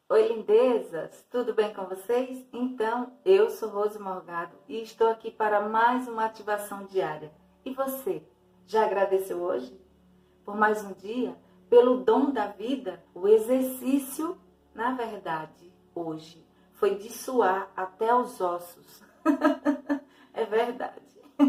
Oi, lindezas! Tudo bem com vocês? Então, eu sou Rose Morgado e estou aqui para mais uma ativação diária. E você, já agradeceu hoje? Por mais um dia? Pelo dom da vida? O exercício, na verdade, hoje, foi de suar até os ossos. É verdade.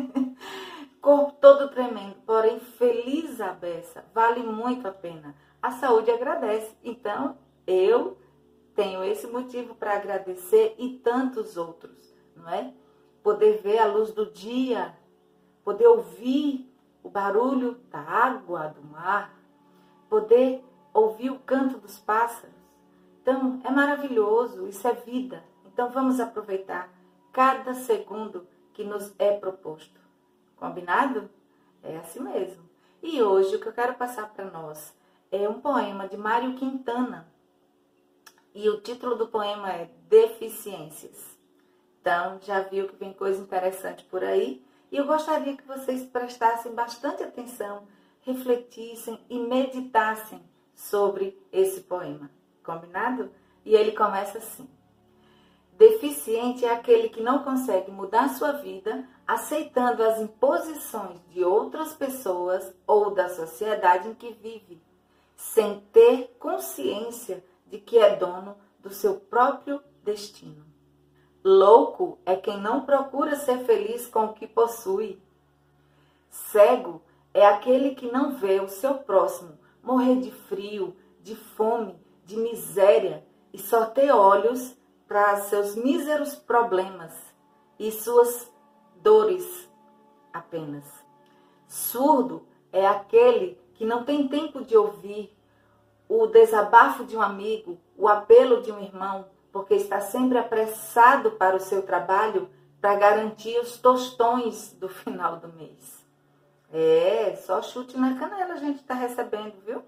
Corpo todo tremendo, porém feliz a beça, vale muito a pena. A saúde agradece, então eu tenho esse motivo para agradecer e tantos outros, não é? Poder ver a luz do dia, poder ouvir o barulho da água, do mar, poder ouvir o canto dos pássaros. Então, é maravilhoso, isso é vida. Então, vamos aproveitar cada segundo que nos é proposto. Combinado? É assim mesmo. E hoje o que eu quero passar para nós é um poema de Mário Quintana. E o título do poema é Deficiências. Então, já viu que vem coisa interessante por aí? E eu gostaria que vocês prestassem bastante atenção, refletissem e meditassem sobre esse poema. Combinado? E ele começa assim. Deficiente é aquele que não consegue mudar sua vida aceitando as imposições de outras pessoas ou da sociedade em que vive, sem ter consciência de que é dono do seu próprio destino. Louco é quem não procura ser feliz com o que possui. Cego é aquele que não vê o seu próximo morrer de frio, de fome, de miséria e só ter olhos para seus míseros problemas e suas dores apenas. Surdo é aquele que não tem tempo de ouvir o desabafo de um amigo, o apelo de um irmão, porque está sempre apressado para o seu trabalho para garantir os tostões do final do mês. Só chute na canela a gente está recebendo, viu?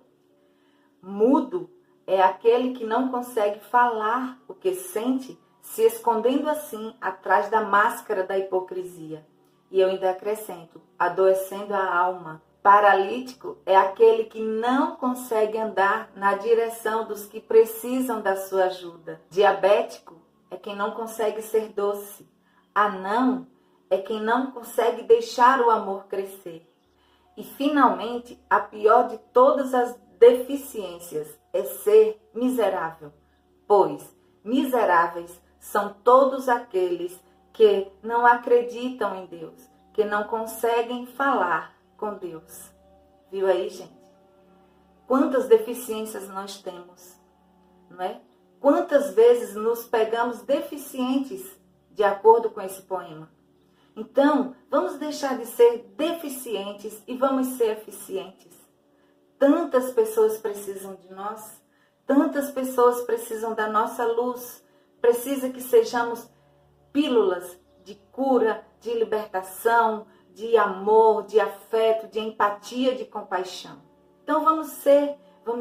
Mudo é aquele que não consegue falar o que sente, se escondendo assim atrás da máscara da hipocrisia. E eu ainda acrescento, adoecendo a alma. Paralítico é aquele que não consegue andar na direção dos que precisam da sua ajuda. Diabético é quem não consegue ser doce. Anão é quem não consegue deixar o amor crescer. E, finalmente, a pior de todas as deficiências é ser miserável, pois miseráveis são todos aqueles que não acreditam em Deus, que não conseguem falar com Deus. Viu aí, gente? Quantas deficiências nós temos, não é? Quantas vezes nos pegamos deficientes de acordo com esse poema? Então, vamos deixar de ser deficientes e vamos ser eficientes. Tantas pessoas precisam de nós, tantas pessoas precisam da nossa luz, precisa que sejamos pílulas de cura, de libertação, de amor, de afeto, de empatia, de compaixão. Então vamos ser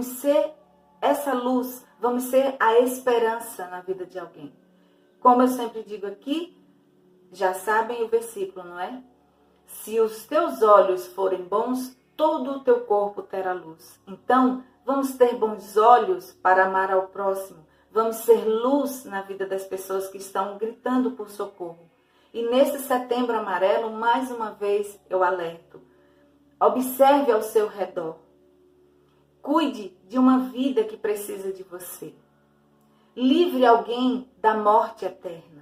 essa luz, vamos ser a esperança na vida de alguém. Como eu sempre digo aqui, já sabem o versículo, não é? Se os teus olhos forem bons, todo o teu corpo terá luz. Então, vamos ter bons olhos para amar ao próximo. Vamos ser luz na vida das pessoas que estão gritando por socorro. E nesse setembro amarelo, mais uma vez, eu alerto. Observe ao seu redor. Cuide de uma vida que precisa de você. Livre alguém da morte eterna.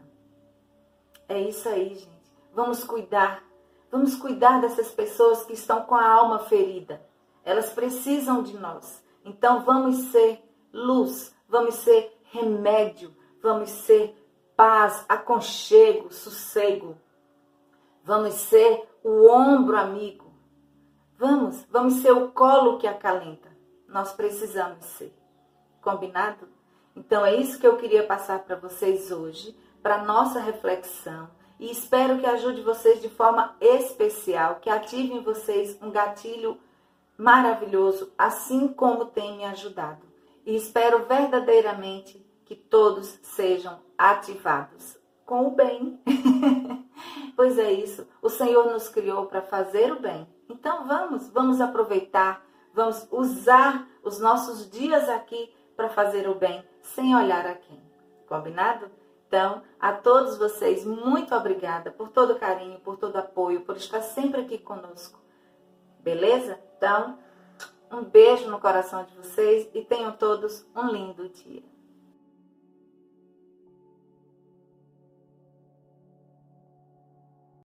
É isso aí, gente. Vamos cuidar dessas pessoas que estão com a alma ferida. Elas precisam de nós. Então vamos ser luz, vamos ser remédio, vamos ser paz, aconchego, sossego. Vamos ser o ombro amigo. Vamos ser o colo que acalenta. Nós precisamos ser. Combinado? Então é isso que eu queria passar para vocês hoje, para nossa reflexão. E espero que ajude vocês de forma especial, que ative em vocês um gatilho maravilhoso, assim como tem me ajudado. E espero verdadeiramente que todos sejam ativados com o bem. Pois é isso, o Senhor nos criou para fazer o bem. Então vamos aproveitar, vamos usar os nossos dias aqui para fazer o bem sem olhar a quem. Combinado? Então, a todos vocês, muito obrigada por todo o carinho, por todo o apoio, por estar sempre aqui conosco. Beleza? Então, um beijo no coração de vocês e tenham todos um lindo dia.